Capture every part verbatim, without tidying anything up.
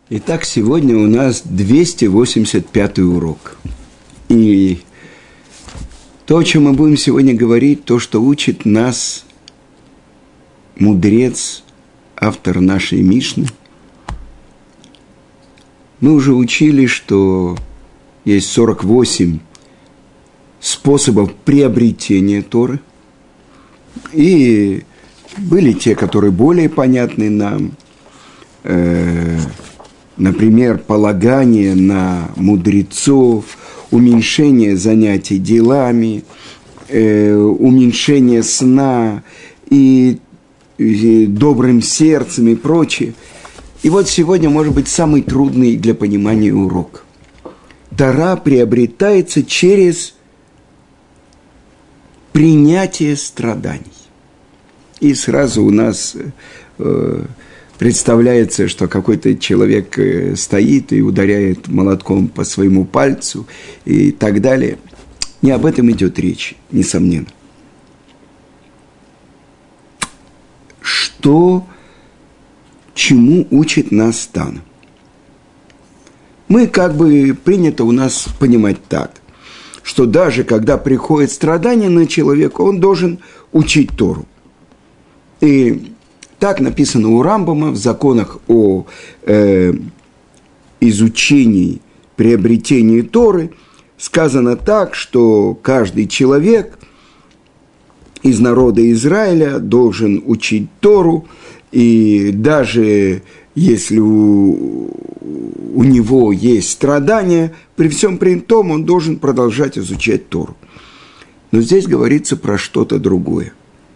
Итак, сегодня у нас двести восемьдесят пятый урок. И то, о чем мы будем сегодня говорить, то, что учит нас мудрец, автор нашей Мишны. Мы уже учили, что есть сорок восемь способов приобретения Торы. И были те, которые более понятны нам. Э- Например, полагание на мудрецов, уменьшение занятий делами, э, уменьшение сна и, и добрым сердцем и прочее. И вот сегодня может быть самый трудный для понимания урок. Тора приобретается через принятие страданий. И сразу у нас... Э, Представляется, что какой-то человек стоит и ударяет молотком по своему пальцу и так далее. Не об этом идет речь, несомненно. Что, чему учит нас Тана? Мы как бы принято у нас понимать так, что даже когда приходит страдание на человека, он должен учить Тору. И так написано у Рамбама в законах о э, изучении, приобретении Торы. Сказано так, что каждый человек из народа Израиля должен учить Тору, и даже если у, у него есть страдания, при всем при том он должен продолжать изучать Тору. Но здесь говорится про что-то другое.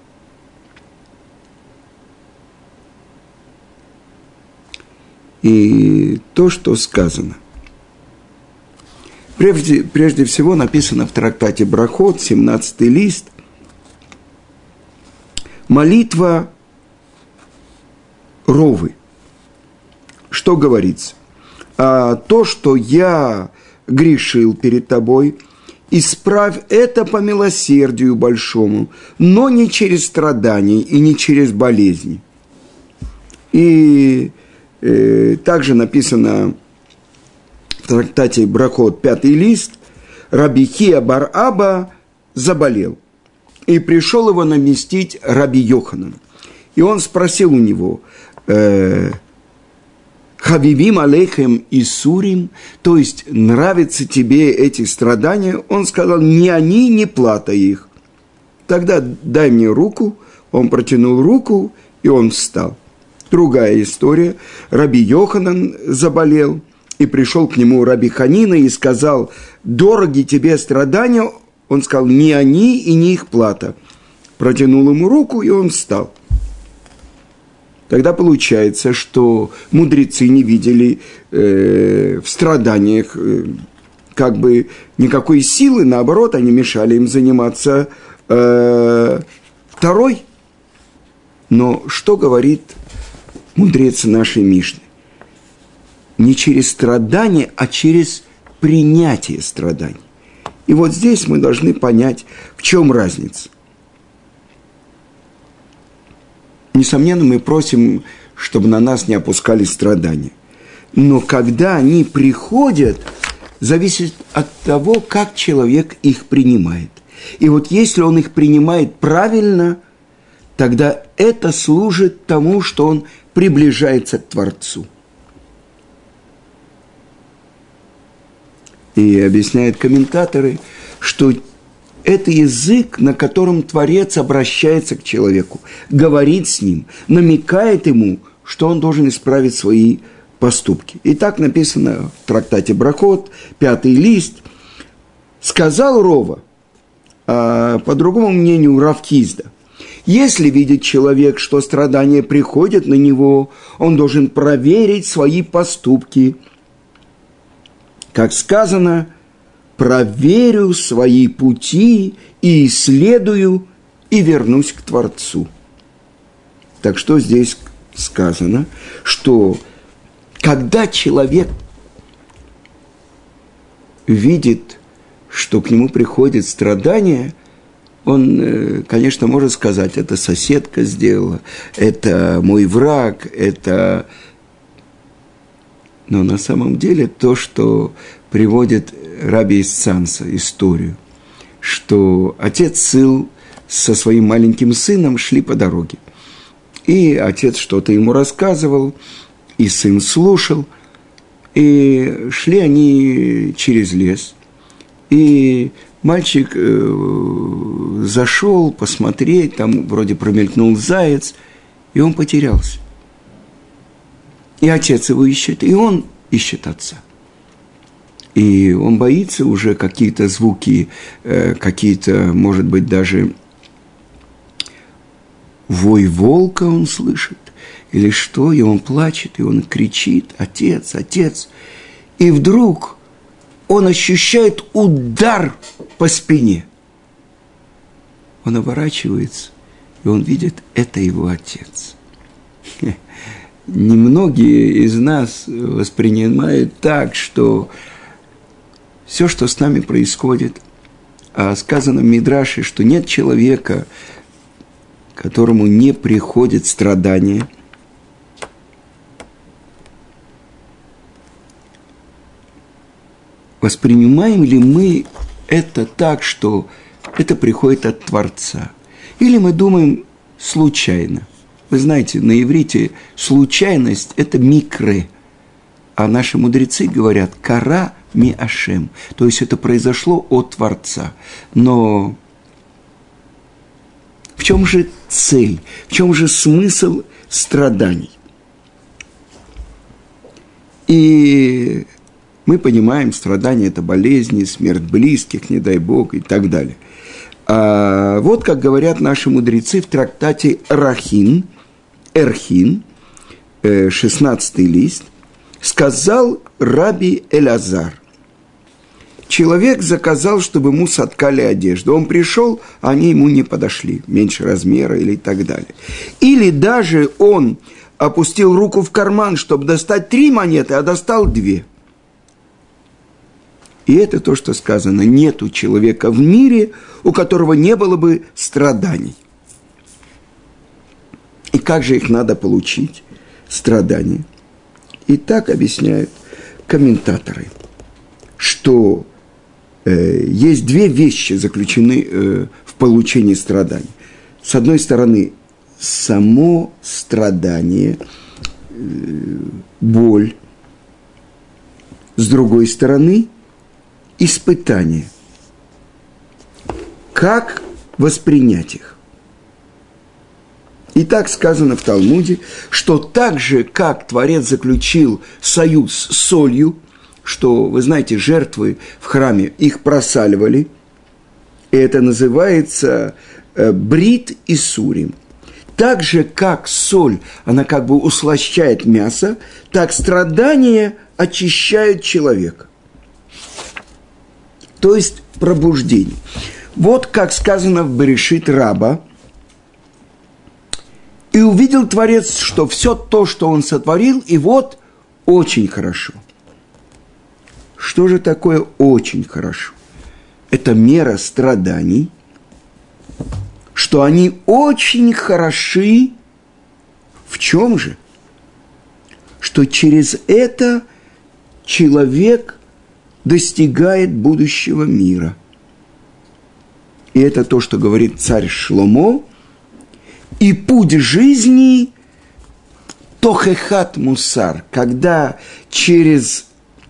И то, что сказано. Прежде, прежде всего написано в трактате Брахот, семнадцатый лист, молитва Ровы. Что говорится? А то, что я грешил перед тобой, исправь это по милосердию большому, но не через страдания и не через болезни. И также написано в трактате Брахот, пятый лист, Раби Хия бар Аба заболел, и пришел его навестить Раби Йоханан. И он спросил у него, «Хавивим алейхем Исурим», то есть нравятся тебе эти страдания? Он сказал, ни они, ни плата их. Тогда дай мне руку. Он протянул руку, и он встал. Другая история. Раби Йоханан заболел, и пришел к нему Раби Ханина и сказал, дороги тебе страдания. Он сказал, не они и не их плата. Протянул ему руку, и он встал. Тогда получается, что мудрецы не видели э, в страданиях э, как бы никакой силы, наоборот, они мешали им заниматься э, второй. Но что говорит мудрец нашей Мишны? Не через страдания, а через принятие страданий. И вот здесь мы должны понять, в чем разница. Несомненно, мы просим, чтобы на нас не опускались страдания. Но когда они приходят, зависит от того, как человек их принимает. И вот если он их принимает правильно, тогда это служит тому, что он приближается к Творцу. И объясняют комментаторы, что это язык, на котором Творец обращается к человеку, говорит с ним, намекает ему, что он должен исправить свои поступки. И так написано в трактате Брахот, пятый лист. Сказал Рова, а по другому мнению Рав Хизда, если видит человек, что страдания приходят на него, он должен проверить свои поступки. Как сказано, проверю свои пути и исследую, и вернусь к Творцу. Так что здесь сказано, что когда человек видит, что к нему приходит страдание, он, конечно, может сказать, это соседка сделала, это мой враг, это... Но на самом деле то, что приводит Раби из Цанца историю, что отец Цил со своим маленьким сыном шли по дороге. И отец что-то ему рассказывал, и сын слушал, и шли они через лес. И мальчик э, зашел посмотреть, там вроде промелькнул заяц, и он потерялся. И отец его ищет, и он ищет отца. И он боится уже какие-то звуки, э, какие-то, может быть, даже вой волка он слышит, или что, и он плачет, и он кричит: «Отец, отец!» И вдруг он ощущает удар по спине. Он оборачивается, и он видит, это его отец. Немногие из нас воспринимают так, что все, что с нами происходит, а сказано в Мидраше, что нет человека, которому не приходит страдание. Воспринимаем ли мы это так, что это приходит от Творца? Или мы думаем случайно? Вы знаете, на иврите случайность – это микре, а наши мудрецы говорят «кара ми ашем», то есть это произошло от Творца. Но в чем же цель, в чем же смысл страданий? И мы понимаем, страдания – это болезни, смерть близких, не дай Бог, и так далее. А вот как говорят наши мудрецы в трактате Рахин, Эрхин, шестнадцатый лист, сказал Раби Элазар: человек заказал, чтобы ему соткали одежду. Он пришел, а они ему не подошли, меньше размера или так далее. Или даже он опустил руку в карман, чтобы достать три монеты, а достал две. И это то, что сказано: нету человека в мире, у которого не было бы страданий. И как же их надо получить, страдания? И так объясняют комментаторы, что э, есть две вещи заключены э, в получении страданий. С одной стороны, само страдание, э, боль. С другой стороны, испытание. Как воспринять их? И так сказано в Талмуде, что так же, как Творец заключил союз с солью, что, вы знаете, жертвы в храме их просаливали, и это называется э, брит и сурим. Так же, как соль, она как бы услощает мясо, так страдания очищают человека. То есть пробуждение. Вот как сказано в Берешит Раба: «И увидел Творец, что все то, что Он сотворил, и вот очень хорошо». Что же такое очень хорошо? Это мера страданий, что они очень хороши. В чем же? Что через это человек достигает будущего мира. И это то, что говорит царь Шломо. И путь жизни тохехат мусар, когда через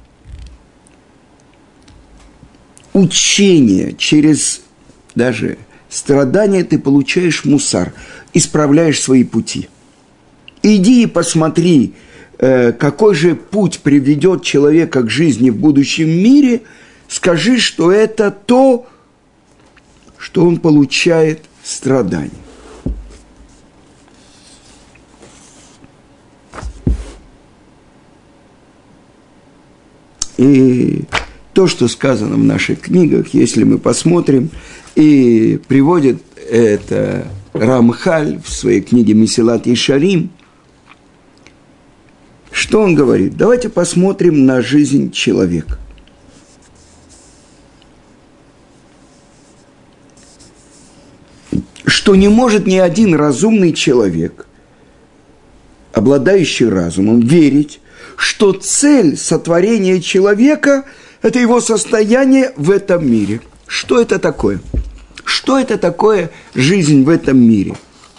учение, через даже страдания ты получаешь мусар, исправляешь свои пути. Иди и посмотри, какой же путь приведет человека к жизни в будущем мире, скажи, что это то, что он получает страдания. И то, что сказано в наших книгах, если мы посмотрим, и приводит это Рамхаль в своей книге «Месилат Ешарим», что он говорит? Давайте посмотрим на жизнь человека. Что не может ни один разумный человек, обладающий разумом, верить, что цель сотворения человека – это его состояние в этом мире. Что это такое? Что это такое жизнь в этом мире?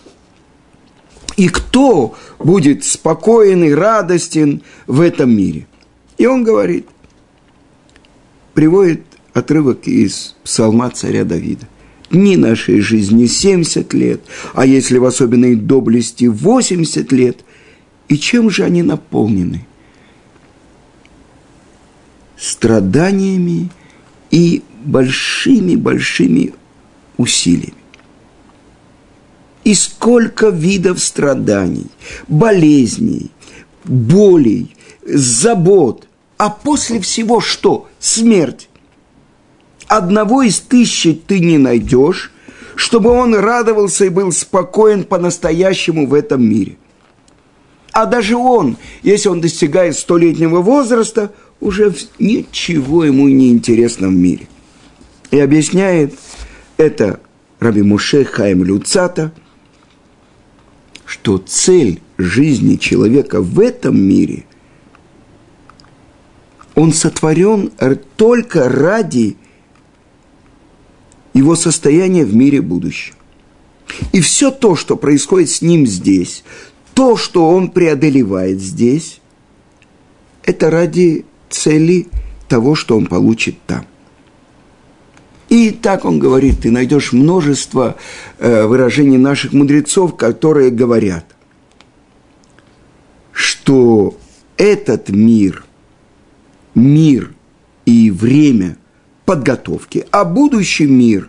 И кто будет спокоен и радостен в этом мире? И он говорит, приводит отрывок из псалма царя Давида. Дни нашей жизни семьдесят лет, а если в особенной доблести восемьдесят лет. И чем же они наполнены? Страданиями и большими-большими усилиями. И сколько видов страданий, болезней, болей, забот. А после всего что? Смерть. Одного из тысячи ты не найдешь, чтобы он радовался и был спокоен по-настоящему в этом мире. А даже он, если он достигает столетнего возраста, уже ничего ему не интересно в мире. И объясняет это Раби Моше Хаим Люцата, что цель жизни человека в этом мире, он сотворен только ради его состояния в мире будущем. И все то, что происходит с ним здесь, то, что он преодолевает здесь, это ради цели того, что он получит там. И так он говорит, ты найдешь множество э, выражений наших мудрецов, которые говорят, что этот мир, мир и время подготовки, а будущий мир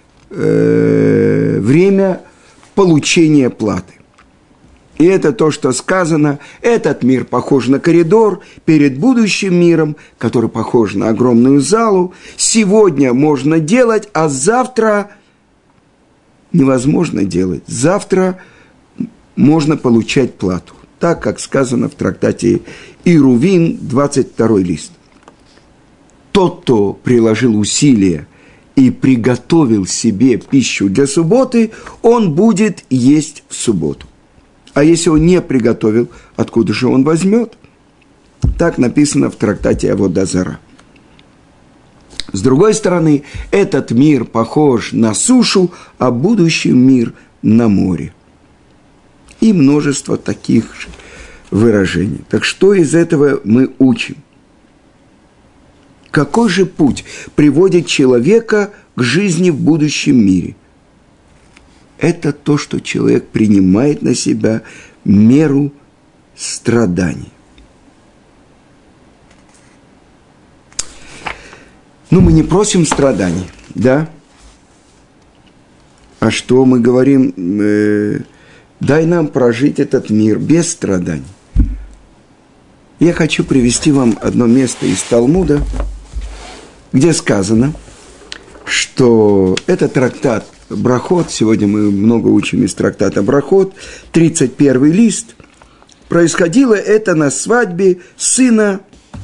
э, время получения платы. И это то, что сказано, этот мир похож на коридор перед будущим миром, который похож на огромную залу. Сегодня можно делать, а завтра невозможно делать. Завтра можно получать плату. Так, как сказано в трактате Ирувин, двадцать второй лист. Тот, кто приложил усилия и приготовил себе пищу для субботы, он будет есть в субботу. А если он не приготовил, откуда же он возьмет? Так написано в трактате Авода Зара. С другой стороны, этот мир похож на сушу, а будущий мир на море. И множество таких же выражений. Так что из этого мы учим? Какой же путь приводит человека к жизни в будущем мире? Это то, что человек принимает на себя меру страданий. Ну, мы не просим страданий, да? А что мы говорим? Э, дай нам прожить этот мир без страданий. Я хочу привести вам одно место из Талмуда, где сказано, что это трактат Брахот, сегодня мы много учим из трактата Брахот, тридцать первый лист, происходило это на свадьбе сына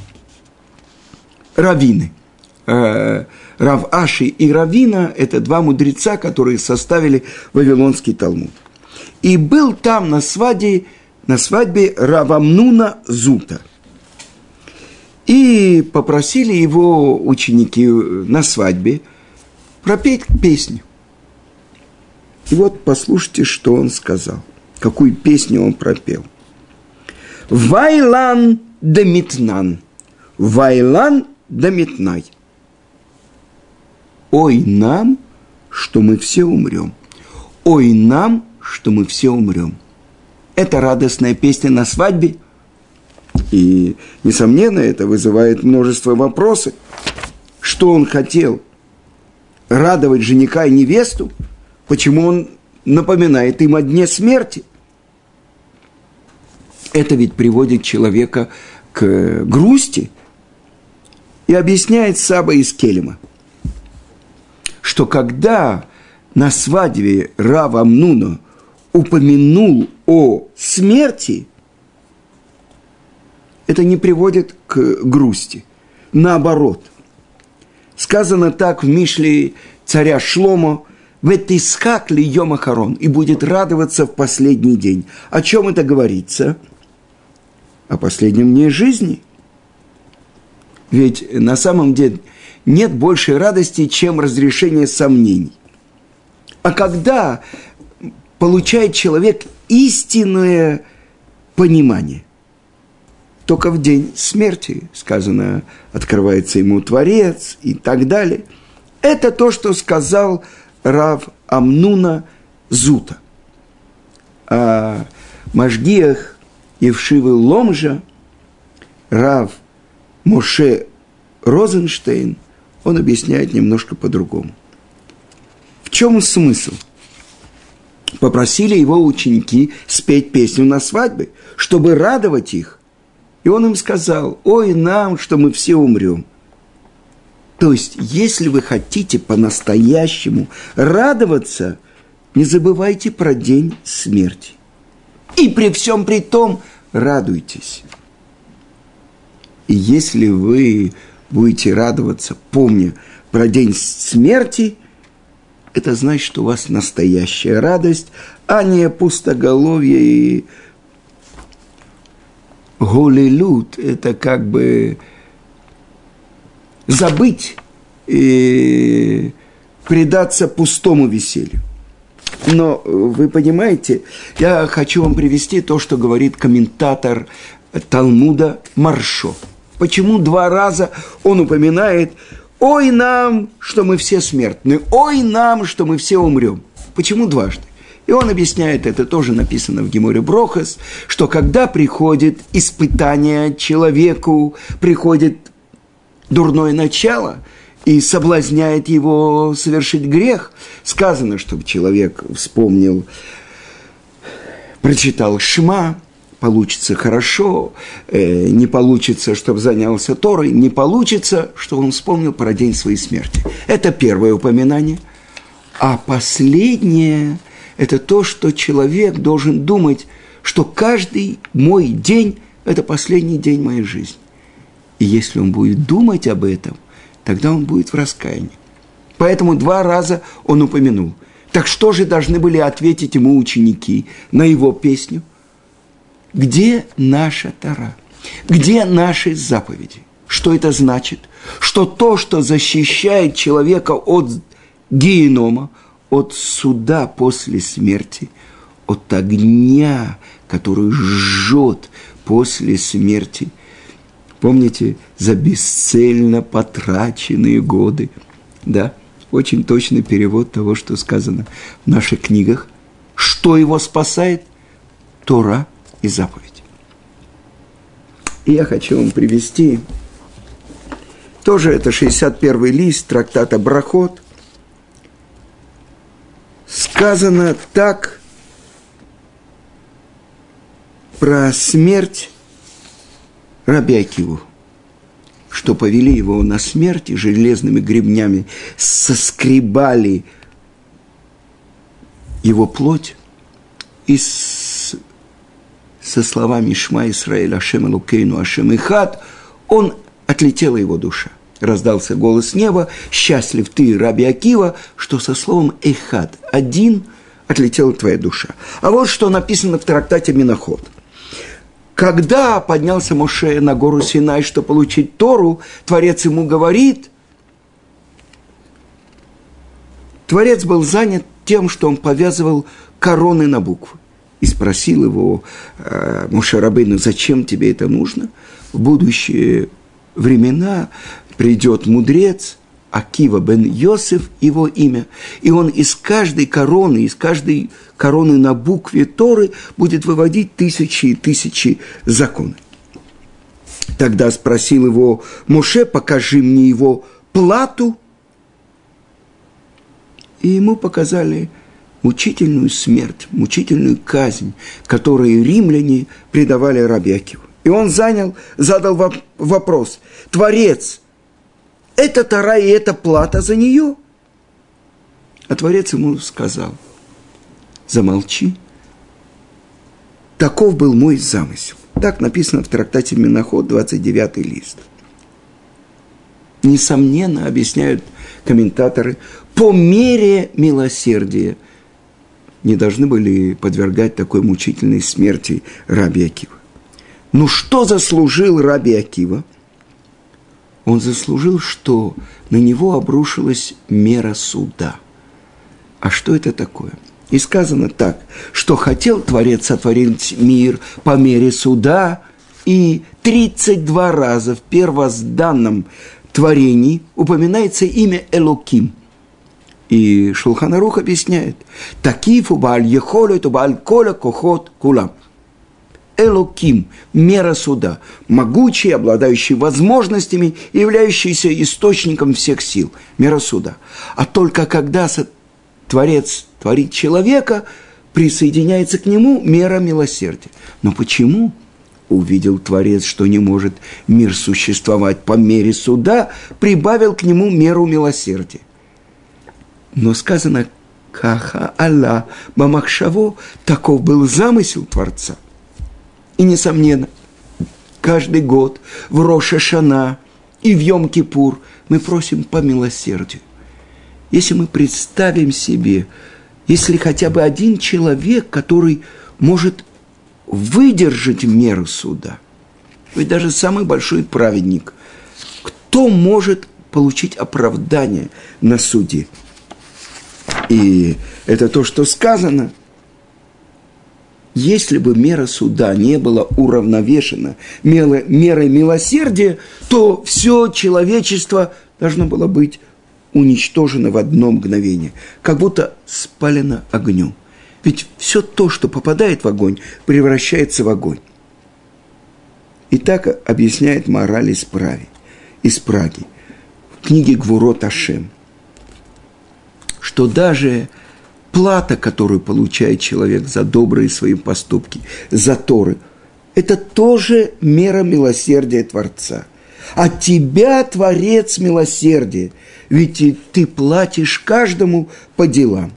Равины. Рав Аши и Равина – это два мудреца, которые составили Вавилонский Талмуд. И был там на свадьбе, на свадьбе Рав Амнуна Зута. И попросили его ученики на свадьбе пропеть песню. И вот послушайте, что он сказал, какую песню он пропел. «Вайлан да митнан, вайлан да митнай». «Ой нам, что мы все умрем! Ой нам, что мы все умрем!» Это радостная песня на свадьбе. И, несомненно, это вызывает множество вопросов. Что он хотел? Радовать жениха и невесту? Почему он напоминает им о дне смерти? Это ведь приводит человека к грусти. И объясняет Саба из Келема, что когда на свадьбе Рав Амнуна упомянул о смерти, это не приводит к грусти. Наоборот. Сказано так в Мишле царя Шломо: «Ветисхак ли йом ахарон», и будет радоваться в последний день. О чем это говорится? о последнем дне жизни. Ведь на самом деле нет большей радости, чем разрешение сомнений. А когда получает человек истинное понимание, только в день смерти, сказано, открывается ему Творец и так далее. Это то, что сказал Рав Амнуна Зута. А Машгиах Евшивы Ломжа, Рав Моше Розенштейн, он объясняет немножко по-другому. В чем смысл? Попросили его ученики спеть песню на свадьбе, чтобы радовать их. И он им сказал: ой, нам, что мы все умрем. То есть, если вы хотите по-настоящему радоваться, не забывайте про день смерти. И при всем при том радуйтесь. И если вы будете радоваться, помня про день смерти, это значит, что у вас настоящая радость, а не пустоголовье и голилют. Это как бы забыть и предаться пустому веселью. Но вы понимаете, я хочу вам привести то, что говорит комментатор Талмуда Маршо. Почему два раза он упоминает: ой нам, что мы все смертны, ой нам, что мы все умрем. Почему дважды? И он объясняет, это тоже написано в Геморе Брохас, что когда приходит испытание человеку, приходит дурное начало и соблазняет его совершить грех, сказано, чтобы человек вспомнил, прочитал Шма, получится хорошо, э, не получится, чтобы занялся Торой, не получится, что он вспомнил про день своей смерти. Это первое упоминание. А последнее – это то, что человек должен думать, что каждый мой день – это последний день моей жизни. И если он будет думать об этом, тогда он будет в раскаянии. Поэтому два раза он упомянул. Так что же должны были ответить ему ученики на его песню? Где наша Тора? Где наши заповеди? Что это значит? Что то, что защищает человека от генома, от суда после смерти, от огня, который жжет после смерти. Помните, за бесцельно потраченные годы. Да, очень точный перевод того, что сказано в наших книгах. Что его спасает? Тора и заповедь. И я хочу вам привести, тоже это шестьдесят первый лист трактата Брахот. Сказано так про смерть Раби Акиву, что повели его на смерть и железными гребнями соскребали его плоть и с, со словами «Шма Исраэль, Ашем Элокейну, Ашем Эхад», он отлетела его душа. Раздался голос неба: «Счастлив ты, Раби Акива, что со словом «Эхад» один отлетела твоя душа». А вот что написано в трактате Миноход. Когда поднялся Моше на гору Синай, чтобы получить Тору, Творец ему говорит, Творец был занят тем, что он повязывал короны на буквы. И спросил его э, Моше Рабейну: зачем тебе это нужно? В будущие времена придет мудрец, Акива бен Йосеф, его имя, и он из каждой короны, из каждой короны на букве Торы будет выводить тысячи и тысячи законов. Тогда спросил его Моше: покажи мне его плату. И ему показали мучительную смерть, мучительную казнь, которую римляне предавали Раби Акиву. И он занял, задал вопрос: Творец, это Тора и это плата за нее? А Творец ему сказал: замолчи, таков был мой замысел. Так написано в трактате Миноход, двадцать девятый лист. Несомненно, объясняют комментаторы, по мере милосердия не должны были подвергать такой мучительной смерти Раби Акива. Ну что заслужил Раби Акива? Он заслужил, что на него обрушилась мера суда. А что это такое? И сказано так, что хотел Творец сотворить мир по мере суда, и тридцать два раза в первозданном творении упоминается имя Элоким. И Шулхан Арух объясняет, «Такифу бааль ехолет бааль коля кохот кулам». Элоким – мера суда, могучий, обладающий возможностями, являющийся источником всех сил, мера суда. А только когда Творец творит человека, присоединяется к нему мера милосердия. Но почему? Увидел Творец, что не может мир существовать по мере суда, прибавил к нему меру милосердия. Но сказано «Каха Алла бамахшаво», таков был замысел Творца. И, несомненно, каждый год в Рош ха-Шана и в Йом-Кипур мы просим по милосердию. Если мы представим себе, если хотя бы один человек, который может выдержать меру суда, ведь даже самый большой праведник, кто может получить оправдание на суде? И это то, что сказано. Если бы мера суда не была уравновешена мерой милосердия, то все человечество должно было быть уничтожено в одно мгновение, как будто спалено огнем. Ведь все то, что попадает в огонь, превращается в огонь. И так объясняет мораль из Праги, из Праги в книге Гвурот Ашем, что даже плата, которую получает человек за добрые свои поступки, за Торы, это тоже мера милосердия Творца. От тебя, Творец, милосердие, ведь ты платишь каждому по делам.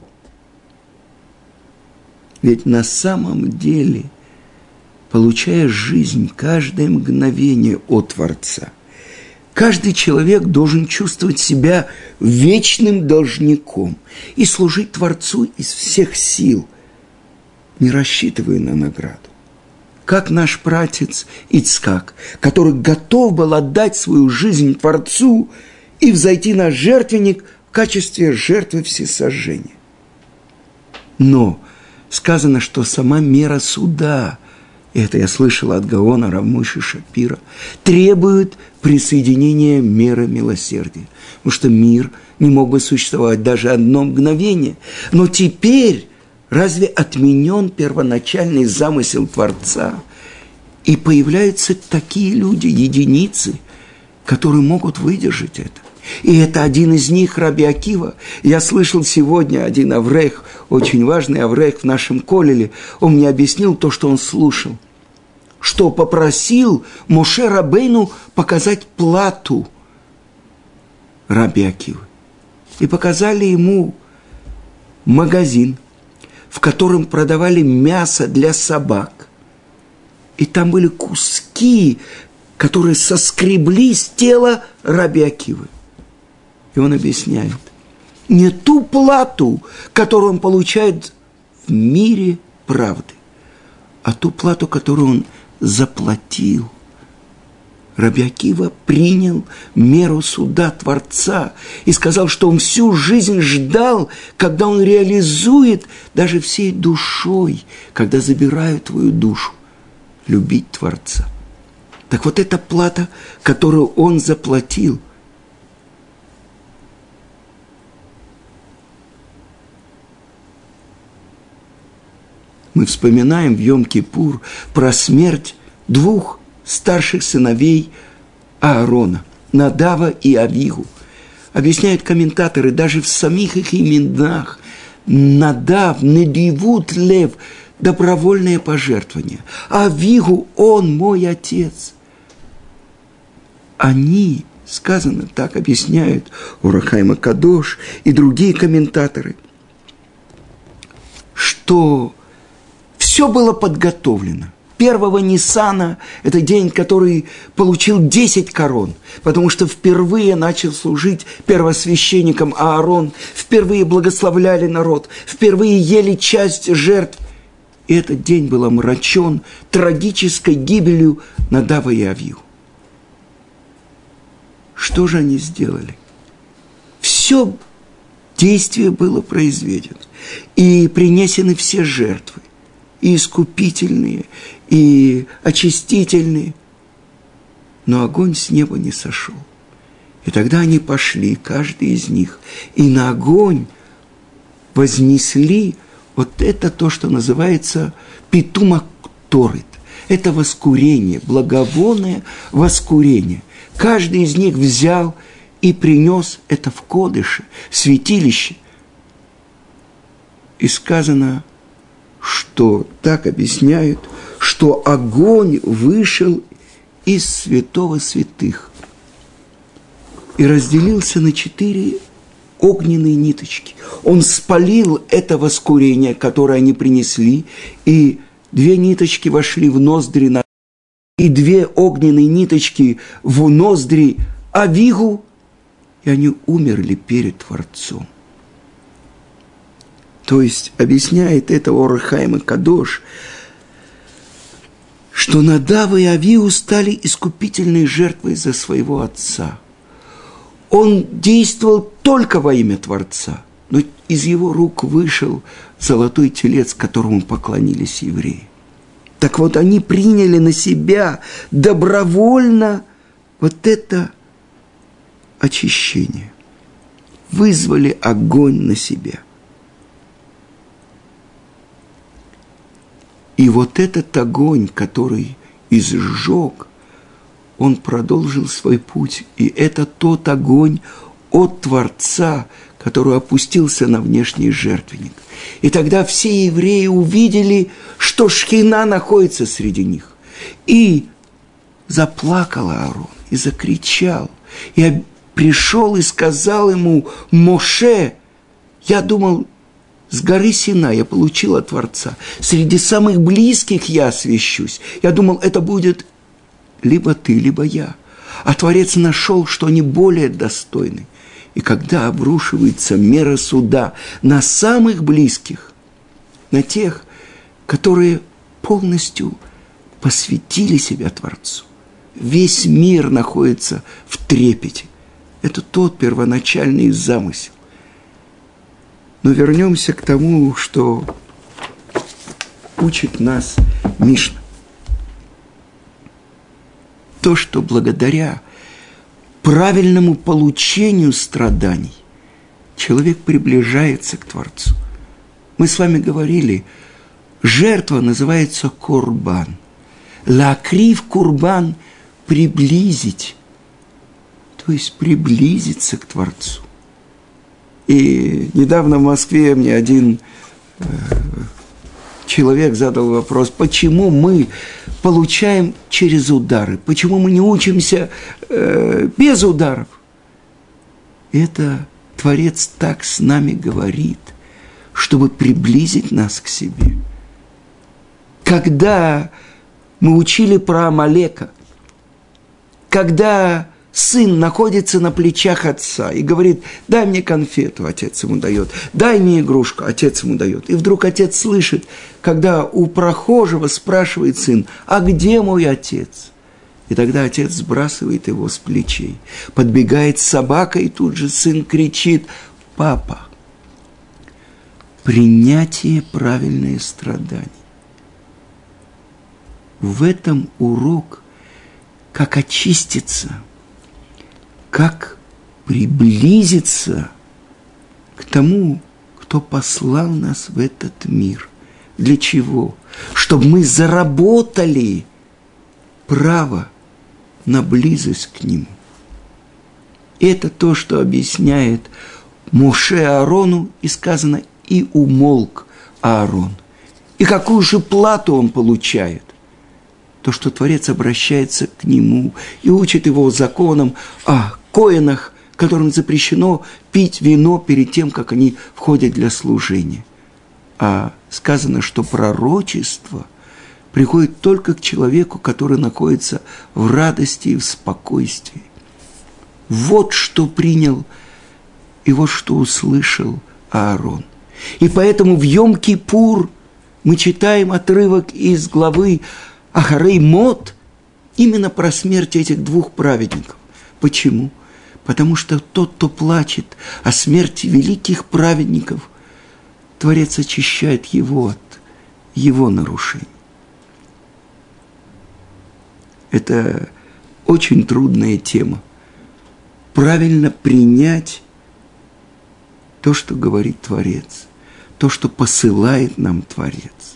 Ведь на самом деле, получая жизнь, каждое мгновение от Творца, каждый человек должен чувствовать себя вечным должником и служить Творцу из всех сил, не рассчитывая на награду. Как наш пратец Ицхак, который готов был отдать свою жизнь Творцу и взойти на жертвенник в качестве жертвы всесожжения. Но сказано, что сама мера суда, это я слышал от Гаона Рав Мойше Шапира, требует присоединения меры милосердия. Потому что мир не мог бы существовать даже одно мгновение. Но теперь разве отменен первоначальный замысел Творца? И появляются такие люди, единицы, которые могут выдержать это. И это один из них, Раби Акива. Я слышал сегодня один аврех, очень важный аврех в нашем колеле, он мне объяснил то, что он слушал, что попросил Моше Рабейну показать плату Раби Акивы. И показали ему магазин, в котором продавали мясо для собак. И там были куски, которые соскребли с тела Раби Акивы. И он объясняет, не ту плату, которую он получает в мире правды, а ту плату, которую он заплатил. Раби Акива принял меру суда Творца и сказал, что он всю жизнь ждал, когда он реализует даже всей душой, когда забирают твою душу, любить Творца. Так вот эта плата, которую он заплатил, мы вспоминаем в Йом-Кипур про смерть двух старших сыновей Аарона, Надава и Авигу. Объясняют комментаторы, даже в самих их именах Надав, Недивут, Лев, добровольное пожертвование. Авигу, он мой отец. Они, сказано так, объясняют Ор ха-Хаим ха-Кадош и другие комментаторы, что все было подготовлено. Первого Ниссана – это день, который получил десять корон, потому что впервые начал служить первосвященником Аарон, впервые благословляли народ, впервые ели часть жертв. И этот день был омрачен трагической гибелью Надава и Авиу. Что же они сделали? Все действие было произведено. И принесены все жертвы. И искупительные, и очистительные. Но огонь с неба не сошел. И тогда они пошли, каждый из них, и на огонь вознесли вот это то, что называется питума торет. Это воскурение, благовонное воскурение. Каждый из них взял и принес это в кодыше, в святилище. И сказано, что так объясняют, что огонь вышел из святого святых и разделился на четыре огненные ниточки. Он спалил это воскурение, которое они принесли, и две ниточки вошли в ноздри, и две огненные ниточки в ноздри Авигу, и они умерли перед Творцом. То есть, объясняет это Ор Хаим Кадош, что Надав и Авиу стали искупительной жертвой за своего отца. Он действовал только во имя Творца, но из его рук вышел золотой телец, которому поклонились евреи. Так вот, они приняли на себя добровольно вот это очищение, вызвали огонь на себя. И вот этот огонь, который изжег, он продолжил свой путь. И это тот огонь от Творца, который опустился на внешний жертвенник. И тогда все евреи увидели, что Шхина находится среди них. И заплакал Аарон, и закричал, и пришел и сказал ему: Моше, я думал, с горы Синай я получил от Творца. Среди самых близких я освящусь. Я думал, это будет либо ты, либо я. А Творец нашел, что они более достойны. И когда обрушивается мера суда на самых близких, на тех, которые полностью посвятили себя Творцу, весь мир находится в трепете. Это тот первоначальный замысел. Но вернемся к тому, что учит нас Мишна. То, что благодаря правильному получению страданий человек приближается к Творцу. Мы с вами говорили, жертва называется курбан. Лакрив курбан – приблизить, то есть приблизиться к Творцу. И недавно в Москве мне один э, человек задал вопрос, почему мы получаем через удары, почему мы не учимся э, без ударов. Это Творец так с нами говорит, чтобы приблизить нас к себе. Когда мы учили про Амалека, когда сын находится на плечах отца и говорит: дай мне конфету, отец ему дает, дай мне игрушку, отец ему дает. И вдруг отец слышит, когда у прохожего спрашивает сын: а где мой отец? И тогда отец сбрасывает его с плечей, подбегает собака, и тут же сын кричит: папа. Принятие правильных страданий. В этом урок, как очиститься, как приблизиться к тому, кто послал нас в этот мир. Для чего? Чтобы мы заработали право на близость к Нему. Это то, что объясняет Моше Аарону, и сказано: и умолк Аарон. И какую же плату он получает? То, что Творец обращается к нему и учит его законам о коэнах, которым запрещено пить вино перед тем, как они входят для служения. А сказано, что пророчество приходит только к человеку, который находится в радости и в спокойствии. Вот что принял и вот что услышал Аарон. И поэтому в Йом-Кипур Мы читаем отрывок из главы Ахарей Мот именно про смерть этих двух праведников. Почему? Потому что тот, кто плачет о смерти великих праведников, Творец очищает его от его нарушений. Это очень трудная тема. Правильно принять то, что говорит Творец, то, что посылает нам Творец.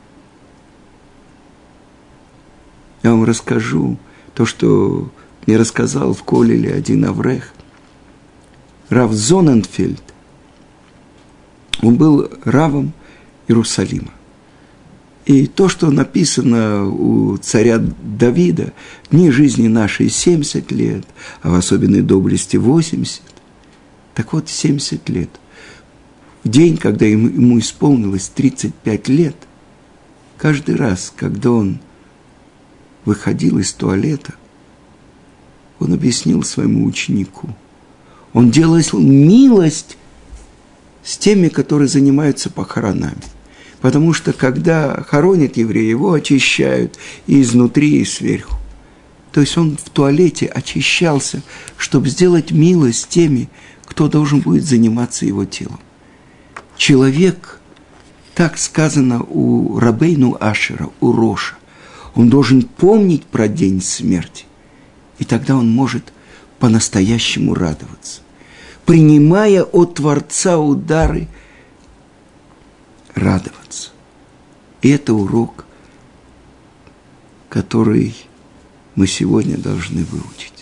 Я вам расскажу то, что мне рассказал в Колеле один аврех, рав Зоненфельд. Он был равом Иерусалима. И то, что написано у царя Давида, дни жизни нашей семьдесят лет, а в особенной доблести восемьдесят. Так вот, семьдесят лет. В день, когда ему, ему исполнилось тридцать пять лет, каждый раз, когда он выходил из туалета, он объяснил своему ученику. Он делал милость с теми, которые занимаются похоронами. Потому что, когда хоронят еврея, его очищают и изнутри, и сверху. То есть он в туалете очищался, чтобы сделать милость теми, кто должен будет заниматься его телом. Человек, так сказано у Рабейну Ашера, у Роша, он должен помнить про день смерти. И тогда он может по-настоящему радоваться. Принимая от Творца удары, радоваться. И это урок, который мы сегодня должны выучить.